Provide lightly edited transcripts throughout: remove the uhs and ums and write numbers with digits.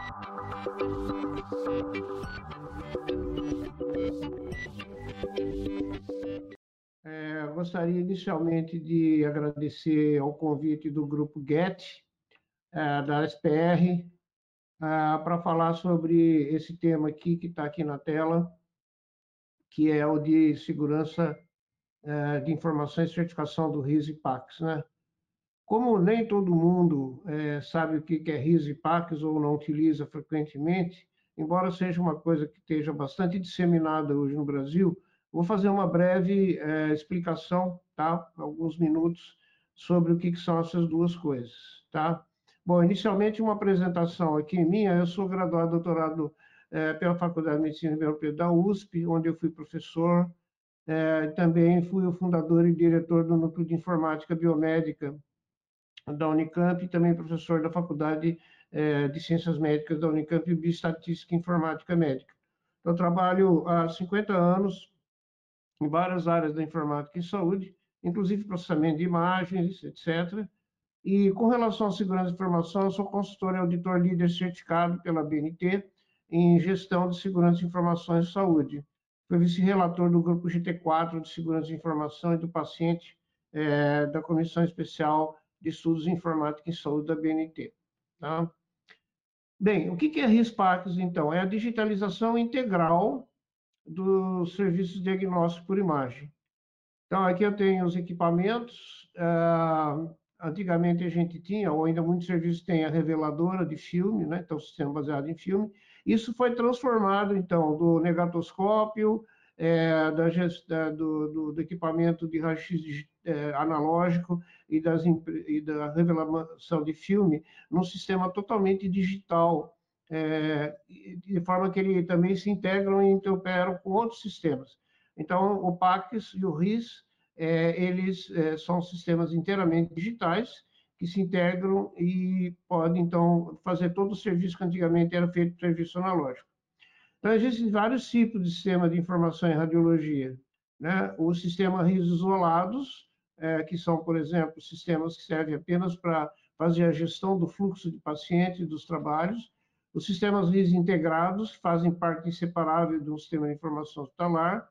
Gostaria inicialmente de agradecer ao convite do Grupo GET, da SPR, para falar sobre esse tema aqui que está aqui na tela, que é o de segurança de informações e certificação do RIS e PACS, né? Como nem todo mundo sabe o que é RIS e PACS ou não utiliza frequentemente, embora seja uma coisa que esteja bastante disseminada hoje no Brasil, vou fazer uma breve explicação, tá? Alguns minutos sobre o que são essas duas coisas, tá? Bom, inicialmente uma apresentação aqui minha. Eu sou graduado, doutorado pela Faculdade de Medicina e Biologia da USP, onde eu fui professor. Também fui o fundador e diretor do Núcleo de Informática Biomédica da Unicamp, e também professor da Faculdade de Ciências Médicas da Unicamp e Bioestatística e Informática Médica. Eu trabalho há 50 anos em várias áreas da informática e saúde, inclusive processamento de imagens, etc. E com relação à segurança de informação, eu sou consultor e auditor líder certificado pela BNT em gestão de segurança de informações e saúde. Fui vice-relator do grupo GT4 de segurança de informação e do paciente da Comissão Especial de Estudos em Informática e Saúde da BNT. Tá? Bem, o que é RIS-PACS, então? É a digitalização integral dos serviços de diagnóstico por imagem. Então, aqui eu tenho os equipamentos. Antigamente a gente tinha, ou ainda muitos serviços têm, a reveladora de filme, né? Então, sistema baseado em filme. Isso foi transformado, então, do negatoscópio, do equipamento de raio-x analógico e da revelação de filme, num sistema totalmente digital, de forma que ele também se integram e interoperam com outros sistemas. Então, o PACS e o RIS, eles são sistemas inteiramente digitais que se integram e podem, então, fazer todo o serviço que antigamente era feito por serviço analógico. Então, existem vários tipos de sistema de informação em radiologia, né? O sistema RIS isolados, que são, por exemplo, sistemas que servem apenas para fazer a gestão do fluxo de pacientes e dos trabalhos. Os sistemas RIS integrados, que fazem parte inseparável do sistema de informação hospitalar.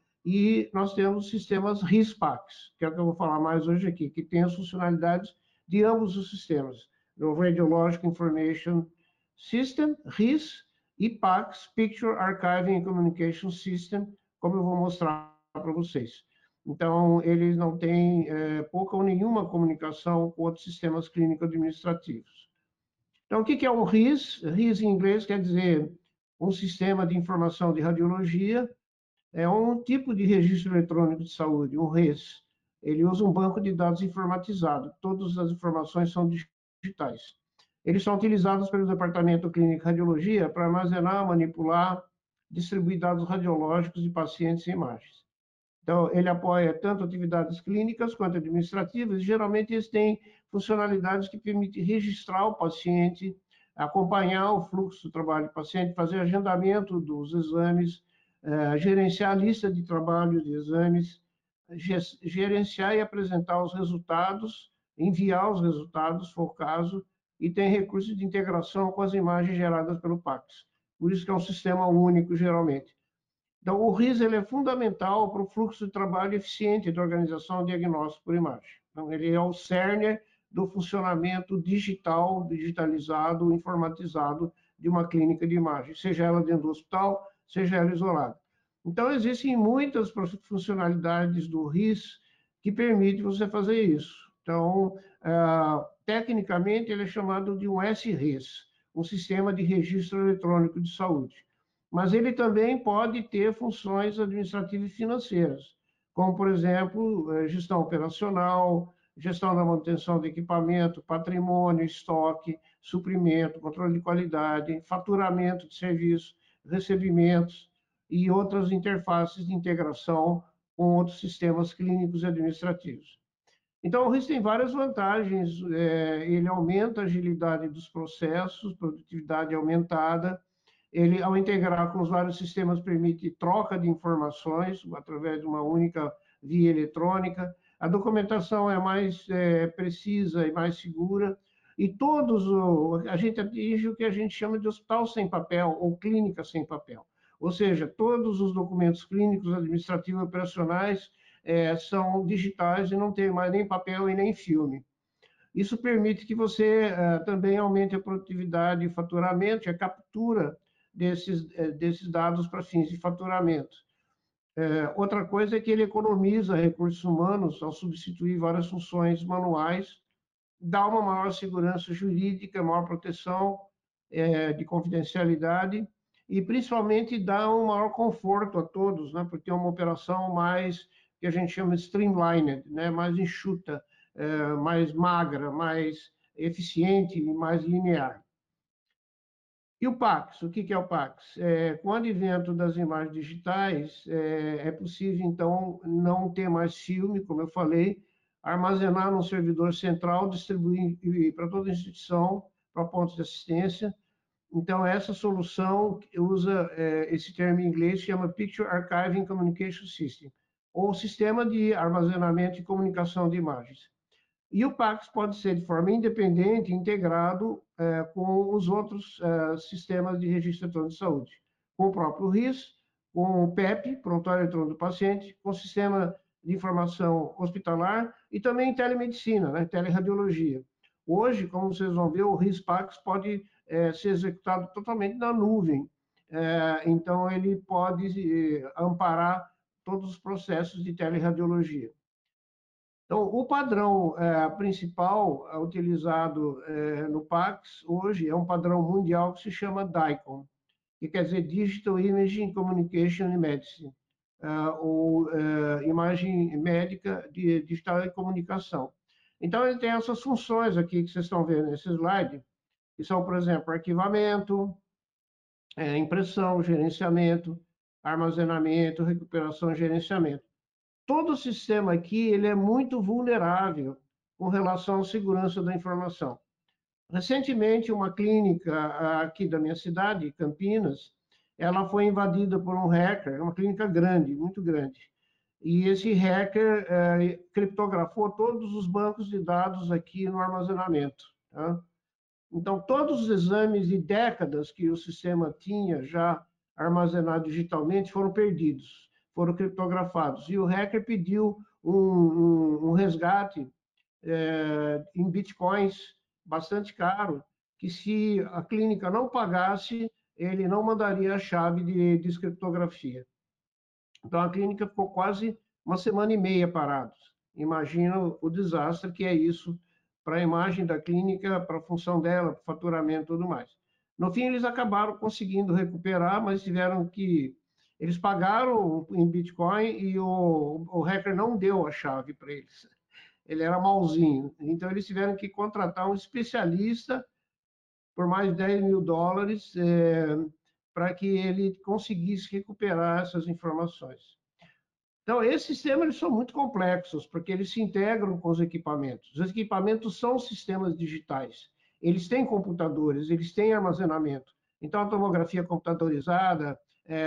E nós temos sistemas RIS-PACS, que é o que eu vou falar mais hoje aqui, que tem as funcionalidades de ambos os sistemas, do Radiologic Information System, RIS, e PACS, Picture Archiving and Communication System, como eu vou mostrar para vocês. Então, eles não têm pouca ou nenhuma comunicação com outros sistemas clínico-administrativos. Então, o que é um RIS? RIS em inglês quer dizer um sistema de informação de radiologia. É um tipo de registro eletrônico de saúde, um RES. Ele usa um banco de dados informatizado. Todas as informações são digitais. Eles são utilizados pelo Departamento Clínico de Radiologia para armazenar, manipular, distribuir dados radiológicos de pacientes e imagens. Então, ele apoia tanto atividades clínicas quanto administrativas, e geralmente eles têm funcionalidades que permitem registrar o paciente, acompanhar o fluxo do trabalho do paciente, fazer agendamento dos exames, gerenciar a lista de trabalho de exames, gerenciar e apresentar os resultados, enviar os resultados, se for o caso, e tem recursos de integração com as imagens geradas pelo PACS. Por isso que é um sistema único, geralmente. Então, o RIS ele é fundamental para o fluxo de trabalho eficiente da organização de diagnóstico por imagem. Então, ele é o cerne do funcionamento digital, digitalizado, informatizado de uma clínica de imagem, seja ela dentro do hospital, seja ela isolada. Então, existem muitas funcionalidades do RIS que permitem você fazer isso. Então, tecnicamente, ele é chamado de um SRIS, um Sistema de Registro Eletrônico de Saúde. Mas ele também pode ter funções administrativas e financeiras, como, por exemplo, gestão operacional, gestão da manutenção do equipamento, patrimônio, estoque, suprimento, controle de qualidade, faturamento de serviços, recebimentos e outras interfaces de integração com outros sistemas clínicos e administrativos. Então, o RIS tem várias vantagens. Ele aumenta a agilidade dos processos, produtividade aumentada. Ele, ao integrar com os vários sistemas, permite troca de informações através de uma única via eletrônica. A documentação é mais precisa e mais segura. e a gente atinge o que a gente chama de hospital sem papel ou clínica sem papel. Ou seja, todos os documentos clínicos, administrativos e operacionais são digitais e não tem mais nem papel e nem filme. Isso permite que você também aumente a produtividade e faturamento e a captura desses dados para fins de faturamento. Outra coisa é que ele economiza recursos humanos ao substituir várias funções manuais, dá uma maior segurança jurídica, maior proteção de confidencialidade e, principalmente, dá um maior conforto a todos, né? Porque é uma operação mais, que a gente chama de streamlined, né? Mais enxuta, mais magra, mais eficiente e mais linear. E o PAX? O que é o PAX? Com o advento das imagens digitais, é possível, então, não ter mais filme, como eu falei, armazenar num servidor central, distribuir para toda a instituição, para pontos de assistência. Então, essa solução usa esse termo em inglês, chama Picture Archiving Communication System, ou Sistema de Armazenamento e Comunicação de Imagens. E o PAX pode ser de forma independente, integrado com os outros sistemas de registro eletrônico de saúde, com o próprio RIS, com o PEP, Prontuário Eletrônico do Paciente, com o Sistema de Informação Hospitalar e também telemedicina, né, teleradiologia. Hoje, como vocês vão ver, o RIS-PAX pode ser executado totalmente na nuvem, então ele pode amparar todos os processos de teleradiologia. Então, o padrão principal utilizado no PACS hoje é um padrão mundial que se chama DICOM, que quer dizer Digital Imaging Communication in Medicine, ou imagem médica digital e comunicação. Então, ele tem essas funções aqui que vocês estão vendo nesse slide, que são, por exemplo, arquivamento, impressão, gerenciamento, armazenamento, recuperação e gerenciamento. Todo o sistema aqui ele é muito vulnerável com relação à segurança da informação. Recentemente, uma clínica aqui da minha cidade, Campinas, ela foi invadida por um hacker, uma clínica grande, muito grande. E esse hacker criptografou todos os bancos de dados aqui no armazenamento. Tá? Então, todos os exames de décadas que o sistema tinha já armazenado digitalmente foram perdidos, foram criptografados. E o hacker pediu um resgate em bitcoins bastante caro, que se a clínica não pagasse, ele não mandaria a chave de descriptografia. Então, a clínica ficou quase uma semana e meia parada. Imagina o desastre que é isso para a imagem da clínica, para a função dela, para o faturamento e tudo mais. No fim, eles acabaram conseguindo recuperar, mas tiveram que... Eles pagaram em Bitcoin e o hacker não deu a chave para eles. Ele era malzinho. Então, eles tiveram que contratar um especialista por mais de $10.000 para que ele conseguisse recuperar essas informações. Então, esses sistemas eles são muito complexos, porque eles se integram com os equipamentos. Os equipamentos são sistemas digitais. Eles têm computadores, eles têm armazenamento. Então, a tomografia computadorizada,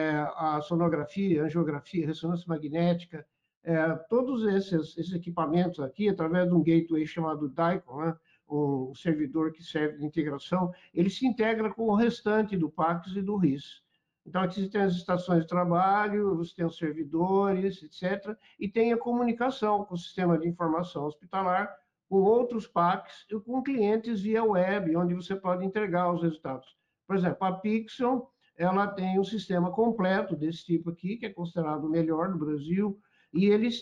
a sonografia, a angiografia, a ressonância magnética, todos esses equipamentos aqui, através de um gateway chamado DICOM, né, um servidor que serve de integração, ele se integra com o restante do PACS e do RIS. Então, aqui você tem as estações de trabalho, você tem os servidores, etc. E tem a comunicação com o sistema de informação hospitalar, com outros PACs e com clientes via web, onde você pode entregar os resultados. Por exemplo, a Pixel, ela tem um sistema completo desse tipo aqui, que é considerado o melhor do Brasil, e eles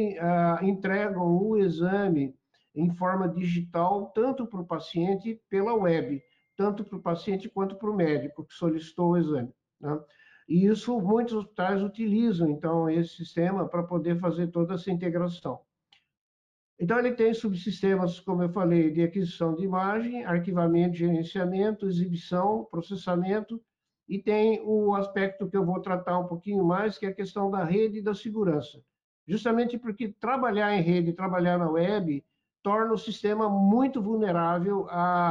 entregam o exame em forma digital, tanto para o paciente pela web, tanto para o paciente quanto para o médico que solicitou o exame. Né? E isso muitos hospitais utilizam, então, esse sistema para poder fazer toda essa integração. Então, ele tem subsistemas, como eu falei, de aquisição de imagem, arquivamento, gerenciamento, exibição, processamento, e tem o aspecto que eu vou tratar um pouquinho mais, que é a questão da rede e da segurança. Justamente porque trabalhar em rede, trabalhar na web, torna o sistema muito vulnerável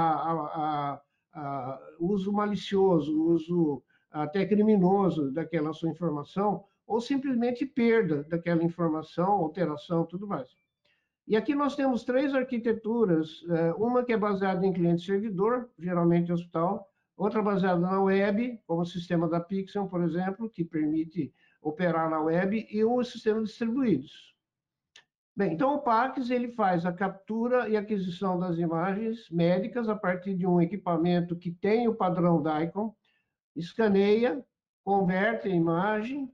a uso malicioso, uso até criminoso daquela sua informação, ou simplesmente perda daquela informação, alteração, tudo mais. E aqui nós temos três arquiteturas, uma que é baseada em cliente-servidor, geralmente hospital, outra baseada na web, como o sistema da Pixel, por exemplo, que permite operar na web, e o sistema distribuídos. Bem, então o PACS ele faz a captura e aquisição das imagens médicas a partir de um equipamento que tem o padrão DICOM, escaneia, converte a imagem,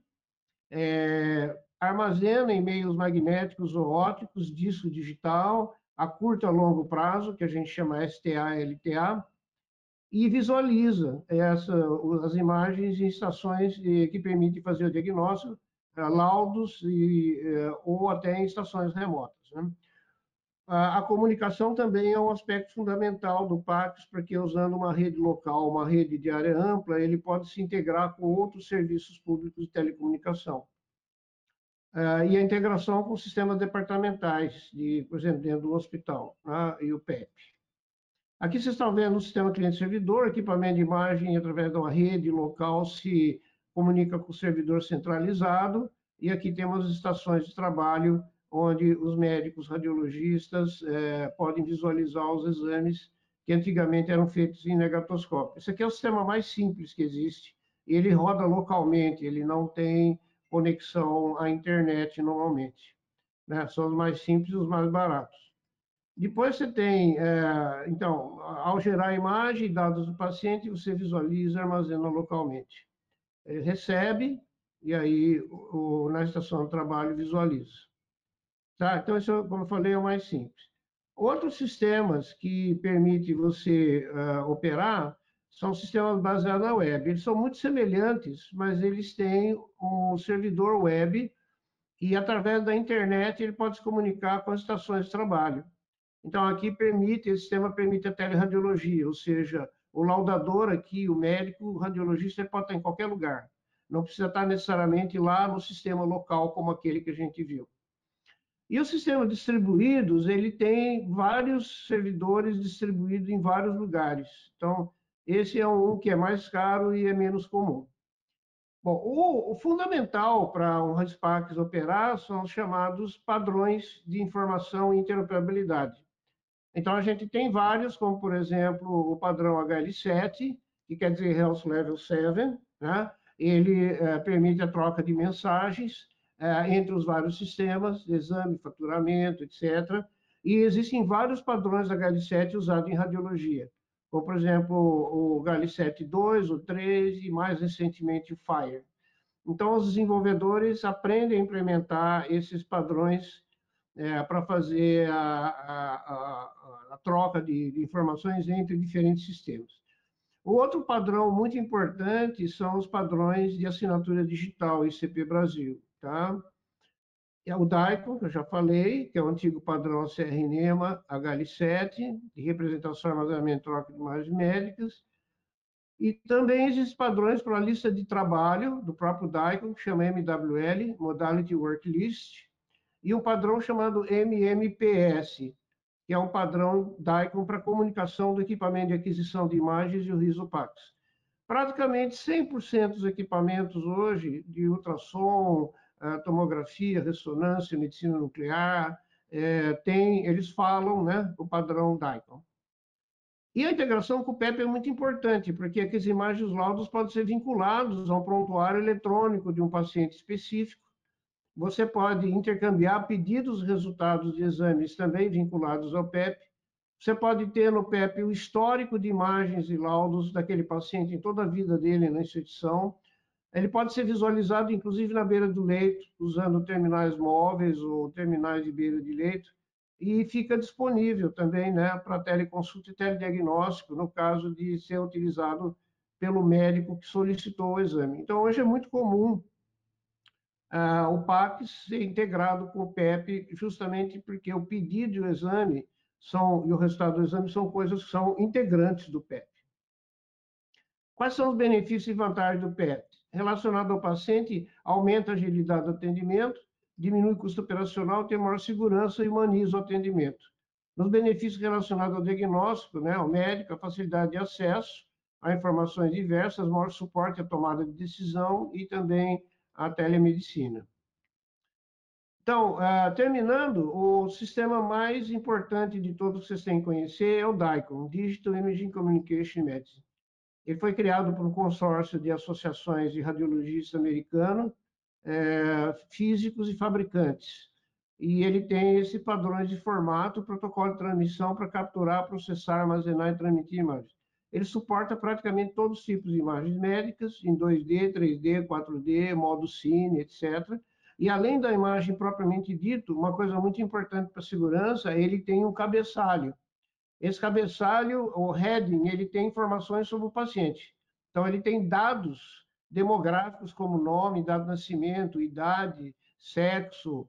armazena em meios magnéticos ou ópticos, disco digital, a curto e a longo prazo, que a gente chama STA, LTA, e visualiza as imagens em estações que permitem fazer o diagnóstico, laudos ou até em estações remotas, né? A comunicação também é um aspecto fundamental do PACS, porque usando uma rede local, uma rede de área ampla, ele pode se integrar com outros serviços públicos de telecomunicação. E a integração com sistemas departamentais, por exemplo, dentro do hospital, né, e o PEP. Aqui vocês estão vendo o sistema cliente-servidor, equipamento de imagem através de uma rede local se comunica com o servidor centralizado, e aqui temos as estações de trabalho, onde os médicos radiologistas podem visualizar os exames que antigamente eram feitos em negatoscópio. Esse aqui é o sistema mais simples que existe, e ele roda localmente, ele não tem conexão à internet normalmente, né? São os mais simples e os mais baratos. Depois você tem, então, ao gerar a imagem e dados do paciente, você visualiza e armazena localmente. Ele recebe e aí na estação de trabalho visualiza. Tá? Então, isso, como eu falei, é o mais simples. Outros sistemas que permitem você operar são sistemas baseados na web. Eles são muito semelhantes, mas eles têm um servidor web e, através da internet, ele pode se comunicar com as estações de trabalho. Então, aqui esse sistema permite a teleradiologia, ou seja, o laudador aqui, o médico, o radiologista, ele pode estar em qualquer lugar. Não precisa estar necessariamente lá no sistema local, como aquele que a gente viu. E o sistema distribuídos, ele tem vários servidores distribuídos em vários lugares. Então, esse é um que é mais caro e é menos comum. Bom, o fundamental para um Ranspax operar são os chamados padrões de informação e interoperabilidade. Então, a gente tem vários, como, por exemplo, o padrão HL7, que quer dizer Health Level 7, né? Ele permite a troca de mensagens entre os vários sistemas, exame, faturamento, etc. E existem vários padrões HL7 usados em radiologia, como, por exemplo, o HL7-2, o 3 e, mais recentemente, o FHIR. Então, os desenvolvedores aprendem a implementar esses padrões para fazer a troca de informações entre diferentes sistemas. O outro padrão muito importante são os padrões de assinatura digital, ICP Brasil. Tá? É o DICOM, que eu já falei, que é o antigo padrão CRNEMA HL7, de representação, armazenamento e troca de imagens médicas. E também existem padrões para a lista de trabalho do próprio DICOM, que chama MWL, Modality Work List, e um padrão chamado MMPS, que é um padrão DICOM para comunicação do equipamento de aquisição de imagens e o RISO-PACS. Praticamente 100% dos equipamentos hoje de ultrassom, tomografia, ressonância, medicina nuclear, eles falam, né, o padrão DICOM. E a integração com o PEP é muito importante, porque aqui as imagens e os laudos podem ser vinculados a um prontuário eletrônico de um paciente específico. Você pode intercambiar pedidos e resultados de exames também vinculados ao PEP. Você pode ter no PEP o histórico de imagens e laudos daquele paciente em toda a vida dele na instituição. Ele pode ser visualizado, inclusive, na beira do leito, usando terminais móveis ou terminais de beira de leito, e fica disponível também, né, para teleconsulta e telediagnóstico, no caso de ser utilizado pelo médico que solicitou o exame. Então, hoje é muito comum o PAC ser integrado com o PEP, justamente porque o pedido e o exame e o resultado do exame são coisas que são integrantes do PEP. Quais são os benefícios e vantagens do PEP? Relacionado ao paciente, aumenta a agilidade do atendimento, diminui o custo operacional, tem maior segurança e humaniza o atendimento. Nos benefícios relacionados ao diagnóstico, né, ao médico, a facilidade de acesso a informações diversas, maior suporte à tomada de decisão e também a telemedicina. Então, terminando, o sistema mais importante de todos que vocês têm que conhecer é o DICOM, Digital Imaging Communication Medicine. Ele foi criado por um consórcio de associações de radiologistas americanos, físicos e fabricantes. E ele tem esse padrões de formato, protocolo de transmissão para capturar, processar, armazenar e transmitir imagens. Ele suporta praticamente todos os tipos de imagens médicas, em 2D, 3D, 4D, modo cine, etc. E além da imagem propriamente dito, uma coisa muito importante para a segurança, ele tem um cabeçalho. Esse cabeçalho, o heading, ele tem informações sobre o paciente. Então, ele tem dados demográficos como nome, data de nascimento, idade, sexo,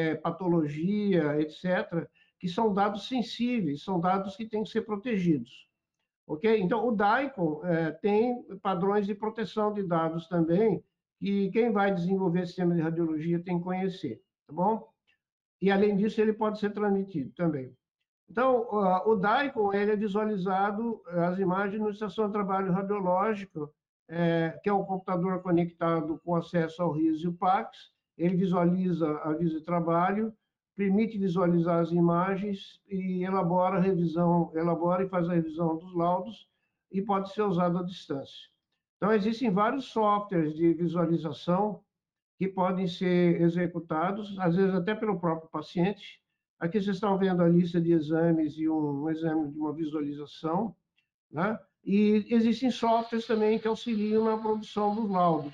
patologia, etc., que são dados sensíveis, são dados que têm que ser protegidos. Ok? Então, o DICOM tem padrões de proteção de dados também, que quem vai desenvolver sistema de radiologia tem que conhecer, tá bom? E, além disso, ele pode ser transmitido também. Então, o DICOM ele é visualizado as imagens na estação de trabalho radiológico, que é um computador conectado com acesso ao RIS e o PACS. Ele visualiza aviso de trabalho, permite visualizar as imagens e elabora e faz a revisão dos laudos e pode ser usado à distância. Então, existem vários softwares de visualização que podem ser executados, às vezes até pelo próprio paciente. Aqui vocês estão vendo a lista de exames e um exame de uma visualização, né? E existem softwares também que auxiliam na produção dos laudos,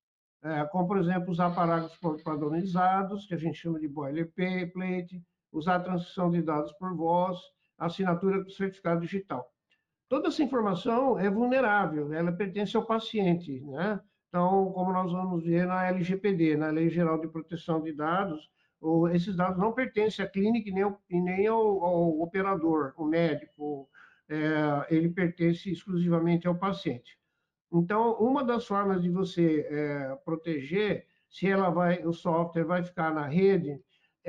como, por exemplo, usar parágrafos padronizados, que a gente chama de boilerplate, usar a transcrição de dados por voz, assinatura com certificado digital. Toda essa informação é vulnerável, ela pertence ao paciente, né? Então, como nós vamos ver na LGPD, na Lei Geral de Proteção de Dados, esses dados não pertencem à clínica e nem ao operador, o médico, ele pertence exclusivamente ao paciente. Então, uma das formas de você proteger, se o software vai ficar na rede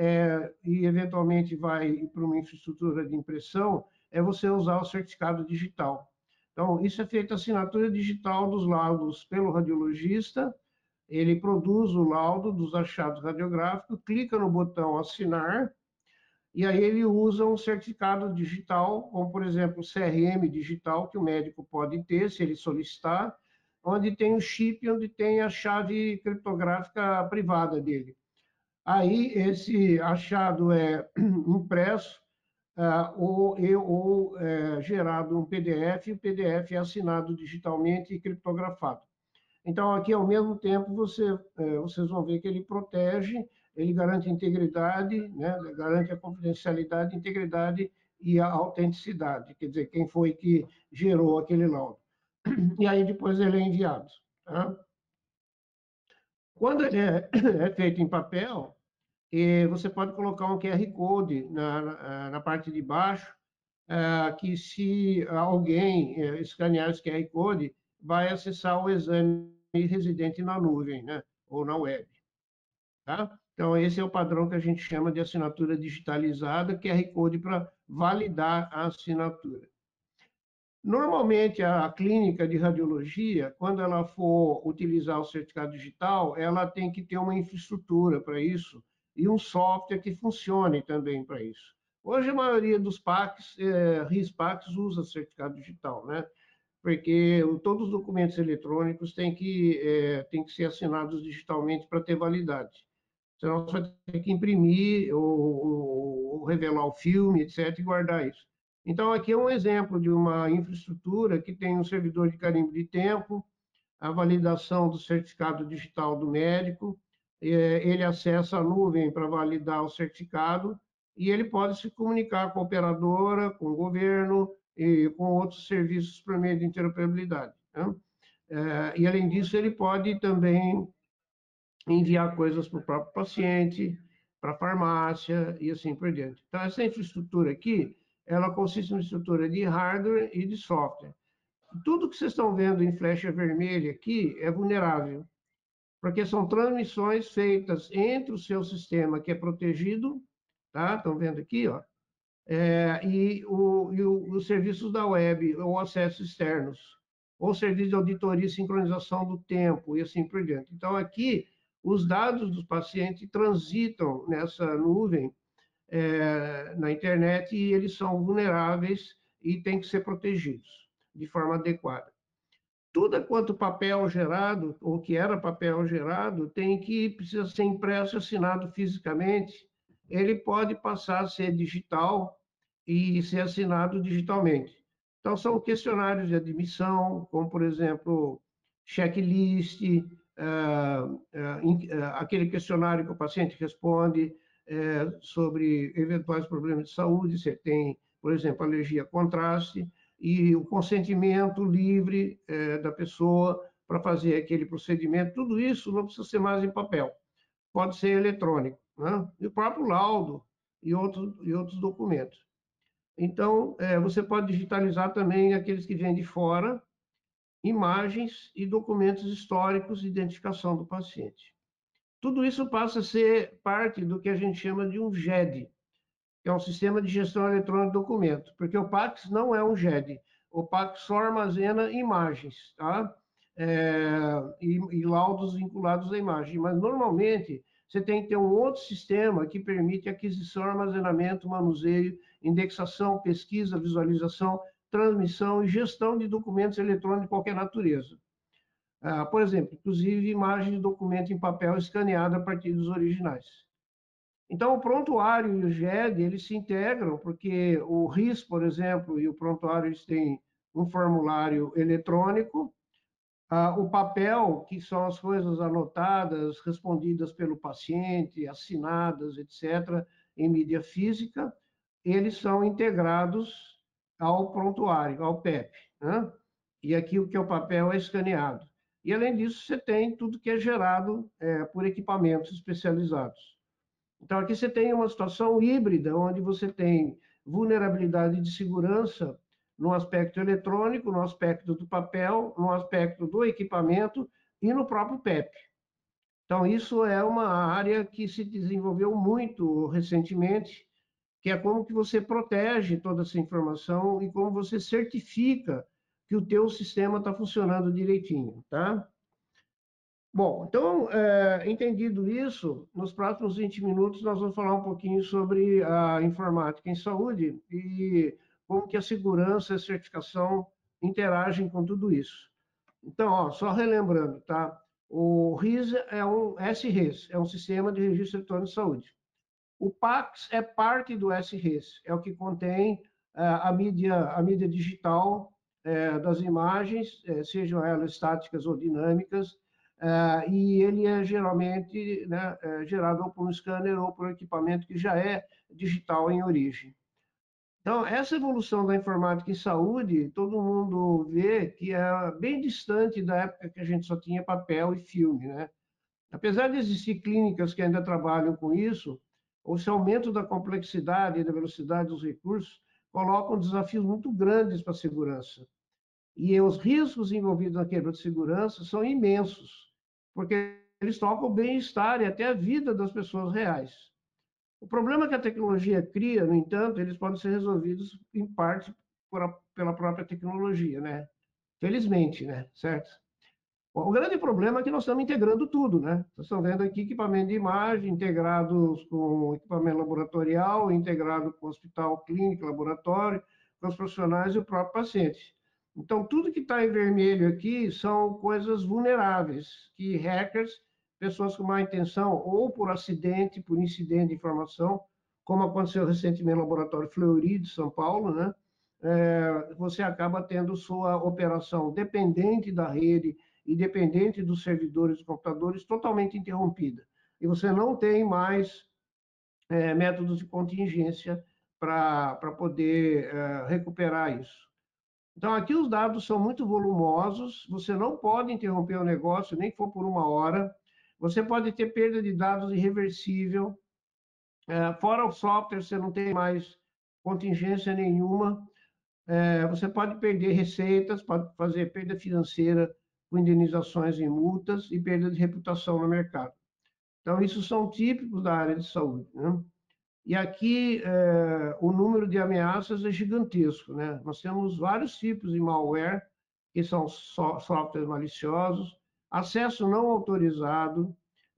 e eventualmente vai para uma infraestrutura de impressão, é você usar o certificado digital. Então, isso é feito a assinatura digital dos laudos pelo radiologista, ele produz o laudo dos achados radiográficos, clica no botão assinar, e aí ele usa um certificado digital, como por exemplo o CRM digital, que o médico pode ter, se ele solicitar, onde tem o chip, onde tem a chave criptográfica privada dele. Aí esse achado é impresso ou gerado um PDF, e o PDF é assinado digitalmente e criptografado. Então, aqui, ao mesmo tempo, vocês vão ver que ele protege, ele garante a integridade, né? Garante a confidencialidade, integridade e a autenticidade, quer dizer, quem foi que gerou aquele laudo. E aí, depois, ele é enviado. Tá? Quando ele é feito em papel, você pode colocar um QR Code na parte de baixo, que se alguém escanear esse QR Code, vai acessar o exame residente na nuvem, né? Ou na web. Tá? Então, esse é o padrão que a gente chama de assinatura digitalizada, QR Code para validar a assinatura. Normalmente, a clínica de radiologia, quando ela for utilizar o certificado digital, ela tem que ter uma infraestrutura para isso e um software que funcione também para isso. Hoje, a maioria dos PACs, RIS-PACs, usa certificado digital, né? Porque todos os documentos eletrônicos têm que ser assinados digitalmente para ter validade. Senão você vai ter que imprimir ou revelar o filme, etc., e guardar isso. Então, aqui é um exemplo de uma infraestrutura que tem um servidor de carimbo de tempo, a validação do certificado digital do médico, ele acessa a nuvem para validar o certificado e ele pode se comunicar com a operadora, com o governo e com outros serviços por meio de interoperabilidade. Né? E, além disso, ele pode também enviar coisas para o próprio paciente, para a farmácia e assim por diante. Então, essa infraestrutura aqui, ela consiste em uma estrutura de hardware e de software. Tudo que vocês estão vendo em flecha vermelha aqui é vulnerável, porque são transmissões feitas entre o seu sistema, que é protegido, tá? Estão vendo aqui, ó, os serviços da web, ou acessos externos, ou serviço de auditoria e sincronização do tempo, e assim por diante. Então, aqui, os dados dos pacientes transitam nessa nuvem na internet e eles são vulneráveis e têm que ser protegidos de forma adequada. Tudo quanto papel gerado, ou que era papel gerado, precisa ser impresso e assinado fisicamente. Ele pode passar a ser digital e ser assinado digitalmente. Então, são questionários de admissão, como, por exemplo, checklist, aquele questionário que o paciente responde sobre eventuais problemas de saúde, se ele tem, por exemplo, alergia a contraste, e o consentimento livre da pessoa para fazer aquele procedimento, tudo isso não precisa ser mais em papel, pode ser eletrônico, né? E o próprio laudo e outros documentos. Então, você pode digitalizar também aqueles que vêm de fora, imagens e documentos históricos de identificação do paciente. Tudo isso passa a ser parte do que a gente chama de um GED, que é um sistema de gestão eletrônica de documento, porque o PACS não é um GED. O PACS só armazena imagens, tá? E laudos vinculados à imagem. Mas, normalmente, você tem que ter um outro sistema que permite aquisição, armazenamento, manuseio, indexação, pesquisa, visualização, transmissão e gestão de documentos eletrônicos de qualquer natureza. Por exemplo, inclusive imagem de documento em papel escaneado a partir dos originais. Então, o prontuário e o GED, eles se integram, porque o RIS, por exemplo, e o prontuário, eles têm um formulário eletrônico, o papel, que são as coisas anotadas, respondidas pelo paciente, assinadas, etc., em mídia física, eles são integrados ao prontuário, ao PEP, né? E aqui o que é o papel é escaneado. E, além disso, você tem tudo que é gerado por equipamentos especializados. Então, aqui você tem uma situação híbrida, onde você tem vulnerabilidade de segurança no aspecto eletrônico, no aspecto do papel, no aspecto do equipamento e no próprio PEP. Então, isso é uma área que se desenvolveu muito recentemente, que é como que você protege toda essa informação e como você certifica que o teu sistema está funcionando direitinho, tá? Bom, então, entendido isso, nos próximos 20 minutos nós vamos falar um pouquinho sobre a informática em saúde e como que a segurança e a certificação interagem com tudo isso. Então, ó, só relembrando, tá? O RIS é um SRIS, é um sistema de registro eletrônico de saúde. O PACS é parte do SRIS, é o que contém a mídia digital das imagens, sejam elas estáticas ou dinâmicas, e ele é geralmente, né, gerado ou por um scanner ou por um equipamento que já é digital em origem. Então, essa evolução da informática em saúde, todo mundo vê que é bem distante da época que a gente só tinha papel e filme, né? Apesar de existir clínicas que ainda trabalham com isso, esse aumento da complexidade e da velocidade dos recursos colocam desafios muito grandes para a segurança. E os riscos envolvidos na quebra de segurança são imensos, porque eles tocam o bem-estar e até a vida das pessoas reais. O problema que a tecnologia cria, no entanto, eles podem ser resolvidos em parte pela própria tecnologia, né? Felizmente, né? Certo? O grande problema é que nós estamos integrando tudo, né? Vocês estão vendo aqui equipamento de imagem integrados com equipamento laboratorial, integrado com hospital, clínica, laboratório, com os profissionais e o próprio paciente. Então, tudo que está em vermelho aqui são coisas vulneráveis, que hackers, pessoas com má intenção, ou por acidente, por incidente de informação, como aconteceu recentemente no laboratório Fleury de São Paulo, né? Você acaba tendo sua operação dependente da rede e dependente dos servidores dos computadores totalmente interrompida. E você não tem mais métodos de contingência para poder recuperar isso. Então, aqui os dados são muito volumosos, você não pode interromper o negócio, nem que for por uma hora. Você pode ter perda de dados irreversível. Fora o software, você não tem mais contingência nenhuma. Você pode perder receitas, pode fazer perda financeira com indenizações e multas e perda de reputação no mercado. Então, isso são típicos da área de saúde, né? E aqui o número de ameaças é gigantesco, né? Nós temos vários tipos de malware, que são softwares maliciosos, acesso não autorizado,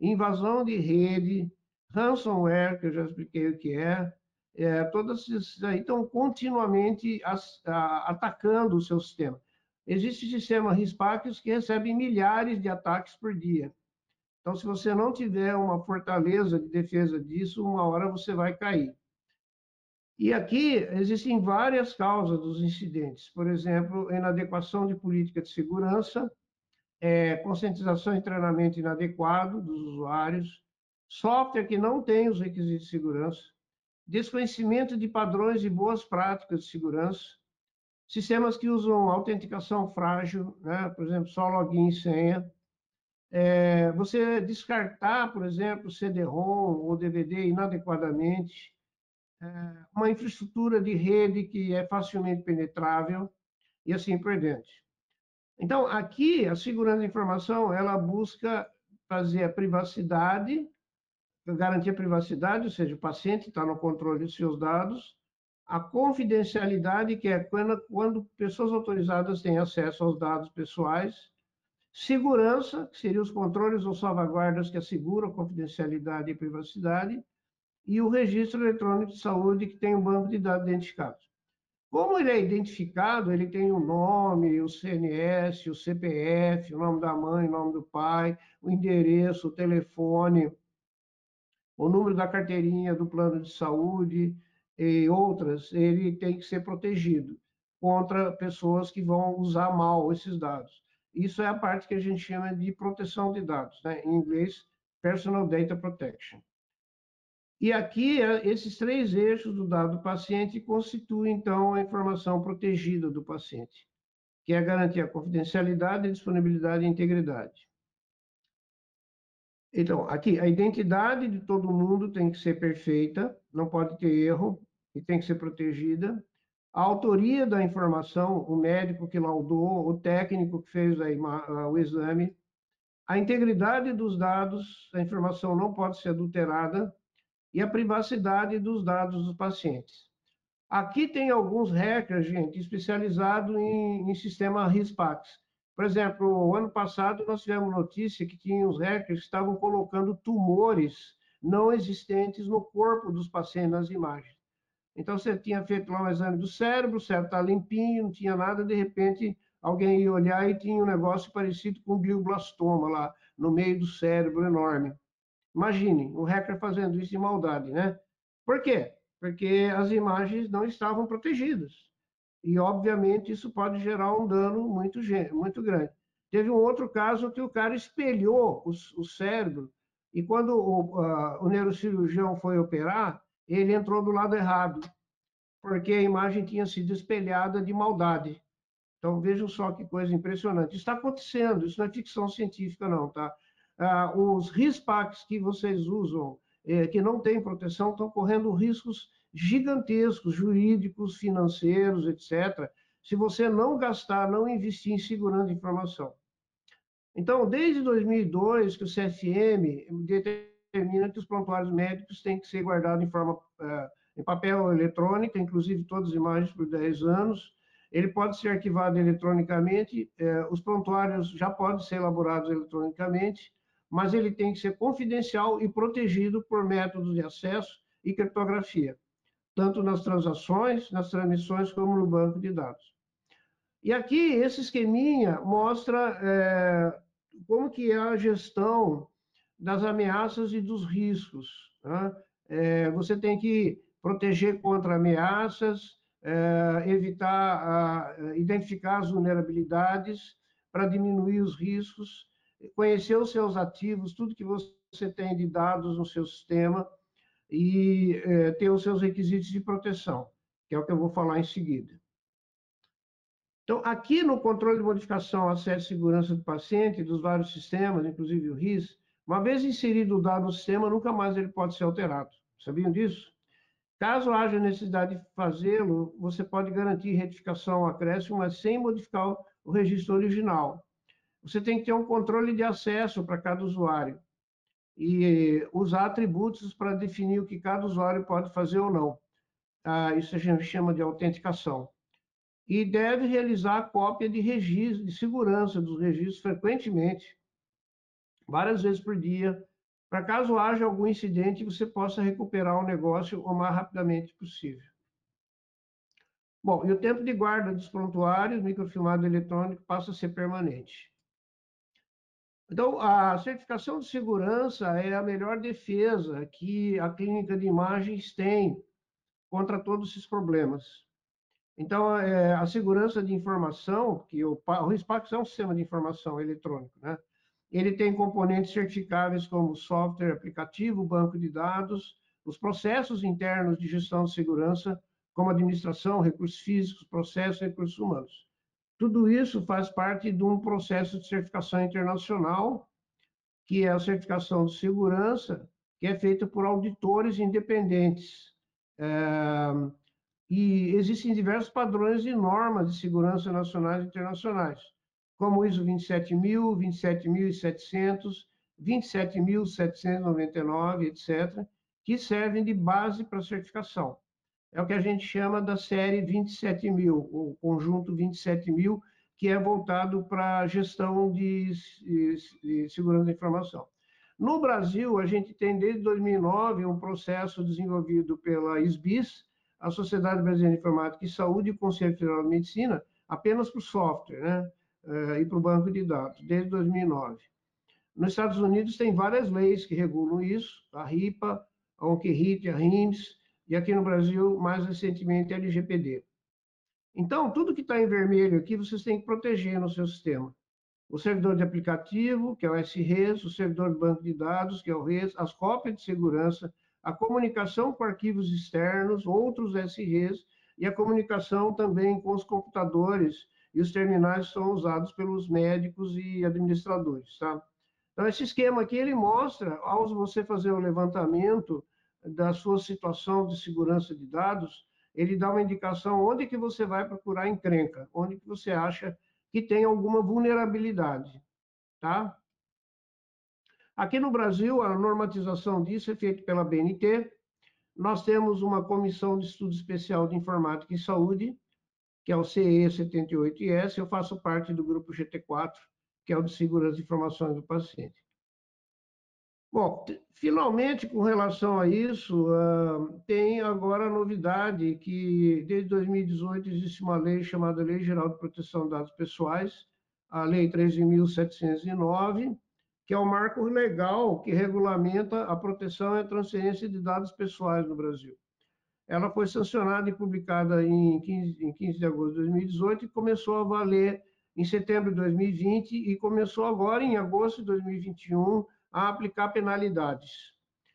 invasão de rede, ransomware, que eu já expliquei o que todas esses aí estão continuamente atacando o seu sistema. Existem sistemas RISPACs que recebem milhares de ataques por dia. Então, se você não tiver uma fortaleza de defesa disso, uma hora você vai cair. E aqui existem várias causas dos incidentes. Por exemplo, inadequação de política de segurança, conscientização e treinamento inadequado dos usuários, software que não tem os requisitos de segurança, desconhecimento de padrões e boas práticas de segurança, sistemas que usam autenticação frágil, né? Por exemplo, só login e senha. Você descartar, por exemplo, CD-ROM ou DVD inadequadamente, uma infraestrutura de rede que é facilmente penetrável e assim por diante. Então, aqui, a segurança da informação, ela busca fazer a privacidade, garantir a privacidade, ou seja, o paciente está no controle dos seus dados, a confidencialidade, que é quando pessoas autorizadas têm acesso aos dados pessoais, segurança, que seriam os controles ou salvaguardas que asseguram a confidencialidade e privacidade, e o registro eletrônico de saúde, que tem um banco de dados identificados. Como ele é identificado, ele tem o nome, o CNS, o CPF, o nome da mãe, o nome do pai, o endereço, o telefone, o número da carteirinha do plano de saúde e outras, ele tem que ser protegido contra pessoas que vão usar mal esses dados. Isso é a parte que a gente chama de proteção de dados, né? Em inglês, Personal Data Protection. E aqui, esses três eixos do dado do paciente constituem, então, a informação protegida do paciente, que é garantir a confidencialidade, disponibilidade e integridade. Então, aqui, a identidade de todo mundo tem que ser perfeita, não pode ter erro e tem que ser protegida. A autoria da informação, o médico que laudou, o técnico que fez o exame. A integridade dos dados, a informação não pode ser adulterada. E a privacidade dos dados dos pacientes. Aqui tem alguns hackers, gente, especializados em sistema RISPAX. Por exemplo, o ano passado nós tivemos notícia que tinha os hackers que estavam colocando tumores não existentes no corpo dos pacientes nas imagens. Então, você tinha feito lá um exame do cérebro, o cérebro está limpinho, não tinha nada, de repente alguém ia olhar e tinha um negócio parecido com um glioblastoma lá no meio do cérebro enorme. Imagine, o hacker fazendo isso de maldade, né? Por quê? Porque as imagens não estavam protegidas. E, obviamente, isso pode gerar um dano muito grande. Teve um outro caso que o cara espelhou o cérebro e quando o neurocirurgião foi operar, ele entrou do lado errado, porque a imagem tinha sido espelhada de maldade. Então, vejam só que coisa impressionante. Isso está acontecendo, isso não é ficção científica, não, tá? Os RISPACs que vocês usam, que não têm proteção, estão correndo riscos gigantescos, jurídicos, financeiros, etc., se você não gastar, não investir em segurança de informação. Então, desde 2002, que o CFM determina que os prontuários médicos têm que ser guardados em papel eletrônico, inclusive todas as imagens por 10 anos. Ele pode ser arquivado eletronicamente, os prontuários já podem ser elaborados eletronicamente, mas ele tem que ser confidencial e protegido por métodos de acesso e criptografia, tanto nas transações, nas transmissões, como no banco de dados. E aqui, esse esqueminha mostra como que é a gestão das ameaças e dos riscos. Né? Você tem que proteger contra ameaças, evitar, identificar as vulnerabilidades para diminuir os riscos, conhecer os seus ativos, tudo que você tem de dados no seu sistema e ter os seus requisitos de proteção, que é o que eu vou falar em seguida. Então, aqui no controle de modificação, acesso e segurança do paciente, dos vários sistemas, inclusive o RIS, uma vez inserido o dado no sistema, nunca mais ele pode ser alterado. Sabiam disso? Caso haja necessidade de fazê-lo, você pode garantir retificação, acréscimo, mas sem modificar o registro original. Você tem que ter um controle de acesso para cada usuário e usar atributos para definir o que cada usuário pode fazer ou não. Isso a gente chama de autenticação. E deve realizar cópia de registro, de segurança dos registros frequentemente, várias vezes por dia, para caso haja algum incidente, você possa recuperar o negócio o mais rapidamente possível. Bom, e o tempo de guarda dos prontuários, microfilmado eletrônico, passa a ser permanente. Então, a certificação de segurança é a melhor defesa que a clínica de imagens tem contra todos esses problemas. Então, a segurança de informação, que o RISPAX é um sistema de informação eletrônico, né? Ele tem componentes certificáveis como software, aplicativo, banco de dados, os processos internos de gestão de segurança, como administração, recursos físicos, processos e recursos humanos. Tudo isso faz parte de um processo de certificação internacional, que é a certificação de segurança, que é feita por auditores independentes. E existem diversos padrões e normas de segurança nacionais e internacionais, como o ISO 27000, 27700, 27799, etc., que servem de base para a certificação. É o que a gente chama da série 27000, o conjunto 27000, que é voltado para a gestão de segurança da informação. No Brasil, a gente tem desde 2009 um processo desenvolvido pela SBIS, a Sociedade Brasileira de Informática e Saúde e o Conselho Federal de Medicina, apenas para o software, né? E para o banco de dados, desde 2009. Nos Estados Unidos tem várias leis que regulam isso, a RIPA, a ONCRIT, a RIMS, e aqui no Brasil, mais recentemente, a LGPD. Então, tudo que está em vermelho aqui, vocês têm que proteger no seu sistema. O servidor de aplicativo, que é o SRES, o servidor de banco de dados, que é o RES, as cópias de segurança, a comunicação com arquivos externos, outros SREs, e a comunicação também com os computadores e os terminais que são usados pelos médicos e administradores, tá? Então, esse esquema aqui, ele mostra, ao você fazer o levantamento da sua situação de segurança de dados, ele dá uma indicação onde que você vai procurar encrenca, onde que você acha que tem alguma vulnerabilidade, tá? Aqui no Brasil, a normatização disso é feita pela BNT. Nós temos uma comissão de estudo especial de informática e saúde, que é o CE 78IS. Eu faço parte do grupo GT4, que é o de segurança de informações do paciente. Bom, finalmente, com relação a isso, tem agora a novidade que, desde 2018, existe uma lei chamada Lei Geral de Proteção de Dados Pessoais, a Lei 13.709, que é o marco legal que regulamenta a proteção e a transferência de dados pessoais no Brasil. Ela foi sancionada e publicada em 15 de agosto de 2018 e começou a valer em setembro de 2020 e começou agora, em agosto de 2021, a aplicar penalidades.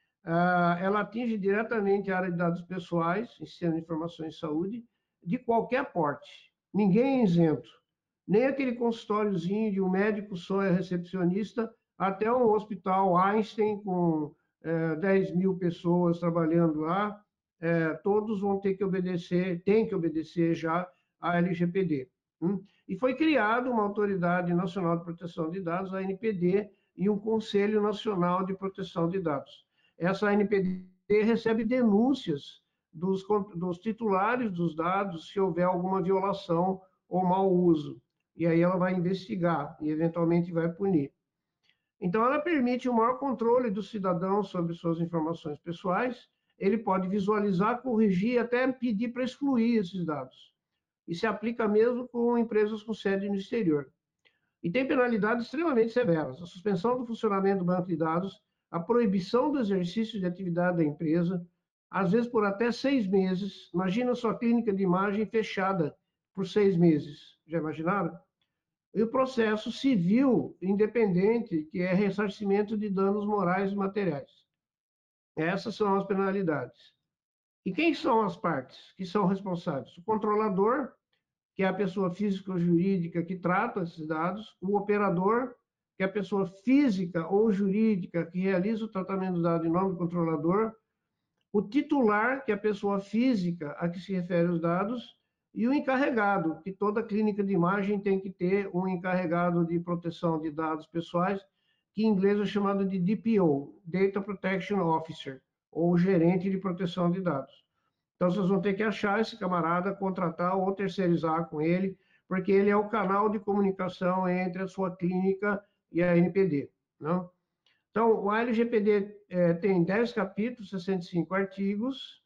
Ela atinge diretamente a área de dados pessoais, em sistema de informações de saúde, de qualquer porte. Ninguém é isento. Nem aquele consultóriozinho de um médico só é recepcionista, até um hospital Einstein com 10 mil pessoas trabalhando lá, todos vão ter que obedecer, tem que obedecer já a LGPD. E foi criada uma Autoridade Nacional de Proteção de Dados, a ANPD, e um Conselho Nacional de Proteção de Dados. Essa ANPD recebe denúncias dos titulares dos dados se houver alguma violação ou mau uso. E aí ela vai investigar e, eventualmente, vai punir. Então, ela permite o maior controle do cidadão sobre suas informações pessoais. Ele pode visualizar, corrigir e até pedir para excluir esses dados. E se aplica mesmo com empresas com sede no exterior. E tem penalidades extremamente severas: a suspensão do funcionamento do banco de dados, a proibição do exercício de atividade da empresa, às vezes por até 6 meses. Imagina sua clínica de imagem fechada por 6 meses. Já imaginaram? E o processo civil independente, que é ressarcimento de danos morais e materiais. Essas são as penalidades. E quem são as partes que são responsáveis? O controlador, que é a pessoa física ou jurídica que trata esses dados, o operador, que é a pessoa física ou jurídica que realiza o tratamento do dado em nome do controlador, o titular, que é a pessoa física a que se refere os dados, e o encarregado, que toda clínica de imagem tem que ter um encarregado de proteção de dados pessoais, que em inglês é chamado de DPO, Data Protection Officer, ou gerente de proteção de dados. Então, vocês vão ter que achar esse camarada, contratar ou terceirizar com ele, porque ele é o canal de comunicação entre a sua clínica e a ANPD, não? Então, o LGPD tem 10 capítulos, 65 artigos.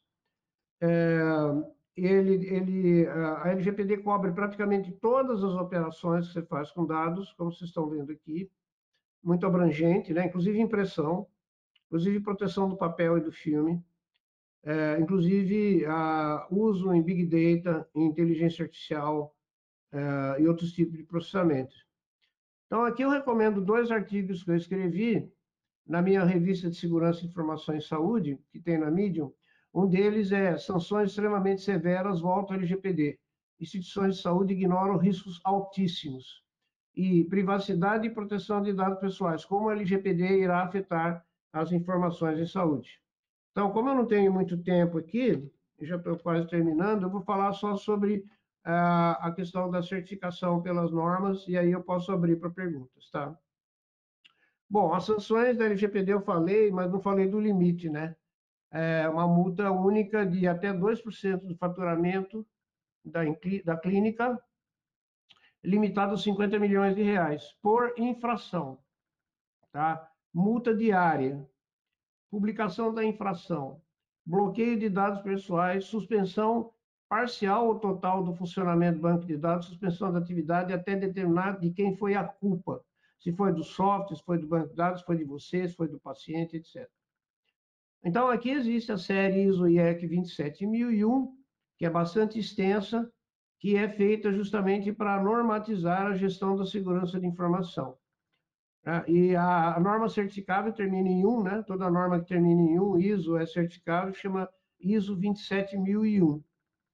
A LGPD cobre praticamente todas as operações que você faz com dados, como vocês estão vendo aqui, muito abrangente, né? Inclusive impressão, inclusive proteção do papel e do filme, inclusive uso em Big Data, em inteligência artificial e outros tipos de processamento. Então, aqui eu recomendo 2 artigos que eu escrevi na minha revista de Segurança, Informação e Saúde, que tem na Medium. Um deles é Sanções extremamente severas voltam ao LGPD. Instituições de saúde ignoram riscos altíssimos. E privacidade e proteção de dados pessoais. Como o LGPD irá afetar as informações em saúde. Então, como eu não tenho muito tempo aqui, já estou quase terminando, eu vou falar só sobre a questão da certificação pelas normas, e aí eu posso abrir para perguntas, tá? Bom, as sanções da LGPD eu falei, mas não falei do limite, né? É uma multa única de até 2% do faturamento da clínica, limitado a 50 milhões de reais, por infração, tá? Multa diária, publicação da infração, bloqueio de dados pessoais, suspensão parcial ou total do funcionamento do banco de dados, suspensão da atividade até determinar de quem foi a culpa. Se foi do software, se foi do banco de dados, se foi de você, se foi do paciente, etc. Então, aqui existe a série ISO IEC 27001, que é bastante extensa, que é feita justamente para normatizar a gestão da segurança de informação. E a norma certificável termina em 1, né? Toda norma que termina em 1, ISO é certificável, chama ISO 27001.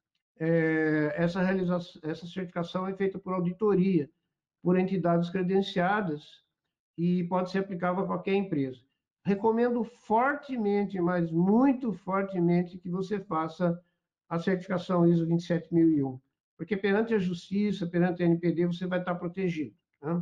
Essa certificação é feita por auditoria, por entidades credenciadas e pode ser aplicável a qualquer empresa. Recomendo fortemente, mas muito fortemente, que você faça a certificação ISO 27001, porque perante a justiça, perante a NPD, você vai estar protegido, né?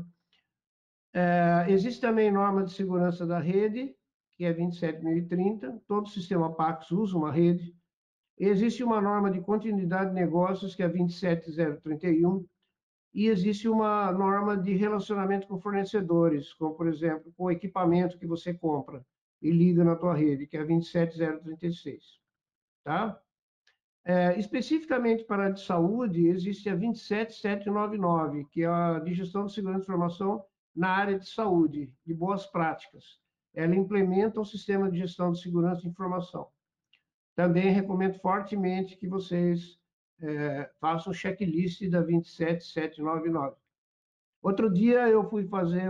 Existe também norma de segurança da rede, que é 27030. Todo sistema PACS usa uma rede. Existe uma norma de continuidade de negócios, que é 27031. E existe uma norma de relacionamento com fornecedores, como, por exemplo, o equipamento que você compra e liga na tua rede, que é 27036. Tá? Especificamente para a de saúde, existe a 27799, que é a de gestão de segurança de informação na área de saúde, de boas práticas. Ela implementa um sistema de gestão de segurança de informação. Também recomendo fortemente que vocês façam o checklist da 27799. Outro dia eu fui fazer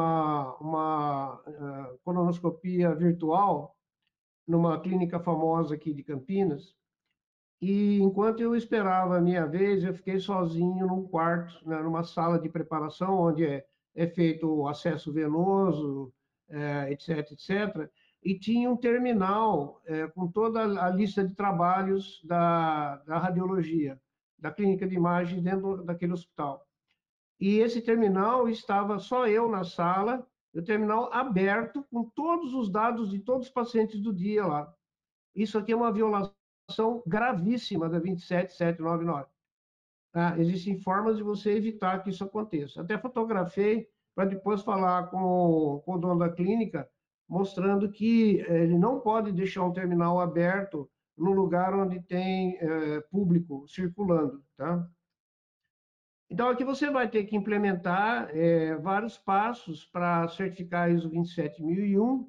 uma colonoscopia virtual numa clínica famosa aqui de Campinas, e enquanto eu esperava a minha vez, eu fiquei sozinho num quarto, né, numa sala de preparação, onde é feito o acesso venoso, etc, etc. E tinha um terminal com toda a lista de trabalhos da radiologia, da clínica de imagem dentro daquele hospital. E esse terminal estava só eu na sala, o terminal aberto, com todos os dados de todos os pacientes do dia lá. Isso aqui é uma violação gravíssima da 27799. Existem formas de você evitar que isso aconteça. Até fotografei para depois falar com o dono da clínica, mostrando que ele não pode deixar um terminal aberto no lugar onde tem público circulando, tá? Então, aqui você vai ter que implementar vários passos para certificar ISO 27001.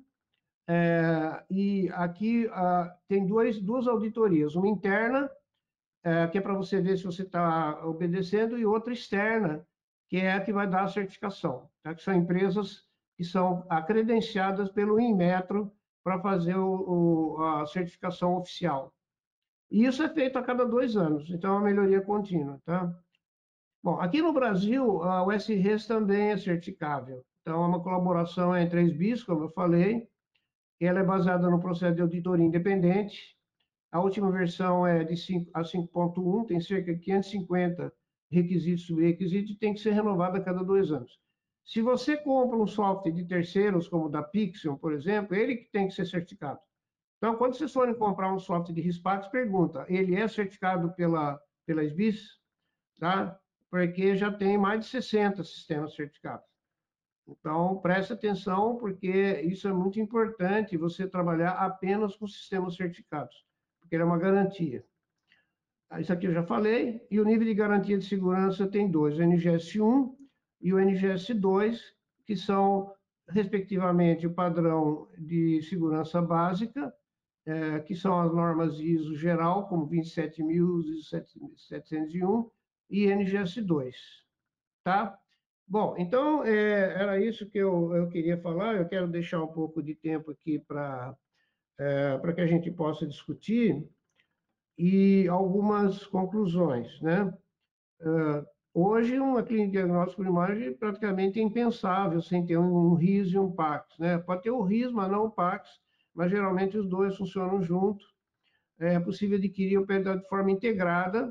E aqui tem duas auditorias, uma interna, que é para você ver se você está obedecendo, e outra externa, que é a que vai dar a certificação, tá? Que são empresas que são credenciadas pelo Inmetro para fazer a certificação oficial. E isso é feito a cada 2 anos, então é uma melhoria contínua, tá? Bom, aqui no Brasil, a USRES também é certificável. Então, é uma colaboração entre a SBIS, como eu falei, e ela é baseada no processo de auditoria independente. A última versão é de 5.1, tem cerca de 550 requisitos e subrequisitos e tem que ser renovada a cada 2 anos. Se você compra um software de terceiros, como o da Pixion, por exemplo, ele que tem que ser certificado. Então, quando vocês forem comprar um software de RISPAX, pergunta, ele é certificado pela SBIS? Tá? Porque já tem mais de 60 sistemas certificados. Então, preste atenção, porque isso é muito importante, você trabalhar apenas com sistemas certificados, porque ele é uma garantia. Isso aqui eu já falei, e o nível de garantia de segurança tem dois, o NGS 1 e o NGS 2, que são, respectivamente, o padrão de segurança básica, que são as normas ISO geral, como 27000, ISO 701 e NGS 2, tá? Bom, então, era isso que eu queria falar. Eu quero deixar um pouco de tempo aqui para que a gente possa discutir e algumas conclusões, né? Hoje, uma clínica de diagnóstico de imagem praticamente é impensável sem ter um RIS e um PACS, né? Pode ter o RIS, mas não o PACS, mas geralmente os dois funcionam juntos. É possível adquirir o PET de forma integrada.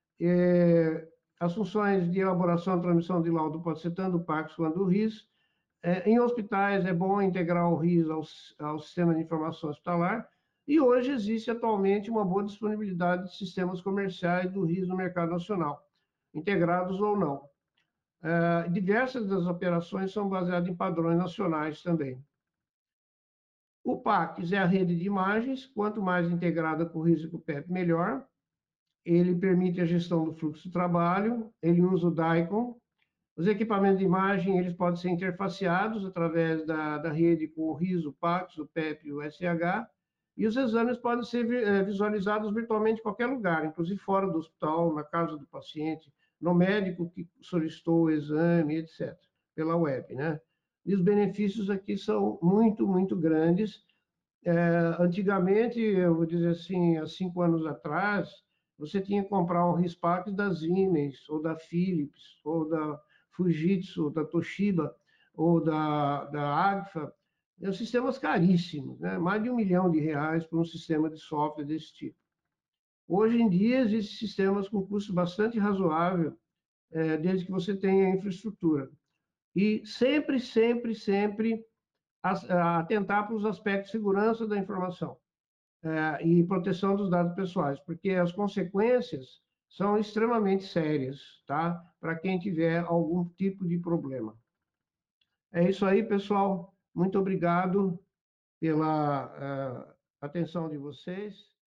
As funções de elaboração e transmissão de laudo pode ser tanto o PACS quanto o RIS. Em hospitais é bom integrar o RIS ao sistema de informação hospitalar. E hoje existe atualmente uma boa disponibilidade de sistemas comerciais do RIS no mercado nacional, integrados ou não. Diversas das operações são baseadas em padrões nacionais também. O PACS é a rede de imagens, quanto mais integrada com o RIS e com o PEP, melhor. Ele permite a gestão do fluxo de trabalho, ele usa o DICOM. Os equipamentos de imagem eles podem ser interfaceados através da rede com o RIS, o PACS, o PEP e o SH, e os exames podem ser visualizados virtualmente em qualquer lugar, inclusive fora do hospital, na casa do paciente, no médico que solicitou o exame, etc., pela web, né? E os benefícios aqui são muito, muito grandes. Antigamente, eu vou dizer assim, há 5 anos atrás, você tinha que comprar um RIS-PACS da Siemens, ou da Philips, ou da Fujitsu, ou da Toshiba, ou da Agfa. São sistemas caríssimos, né? Mais de R$ 1 milhão por um sistema de software desse tipo. Hoje em dia, existem sistemas com custo bastante razoável, desde que você tenha infraestrutura. E sempre, sempre, sempre atentar para os aspectos de segurança da informação e proteção dos dados pessoais, porque as consequências são extremamente sérias, tá? Para quem tiver algum tipo de problema. É isso aí, pessoal. Muito obrigado pela atenção de vocês.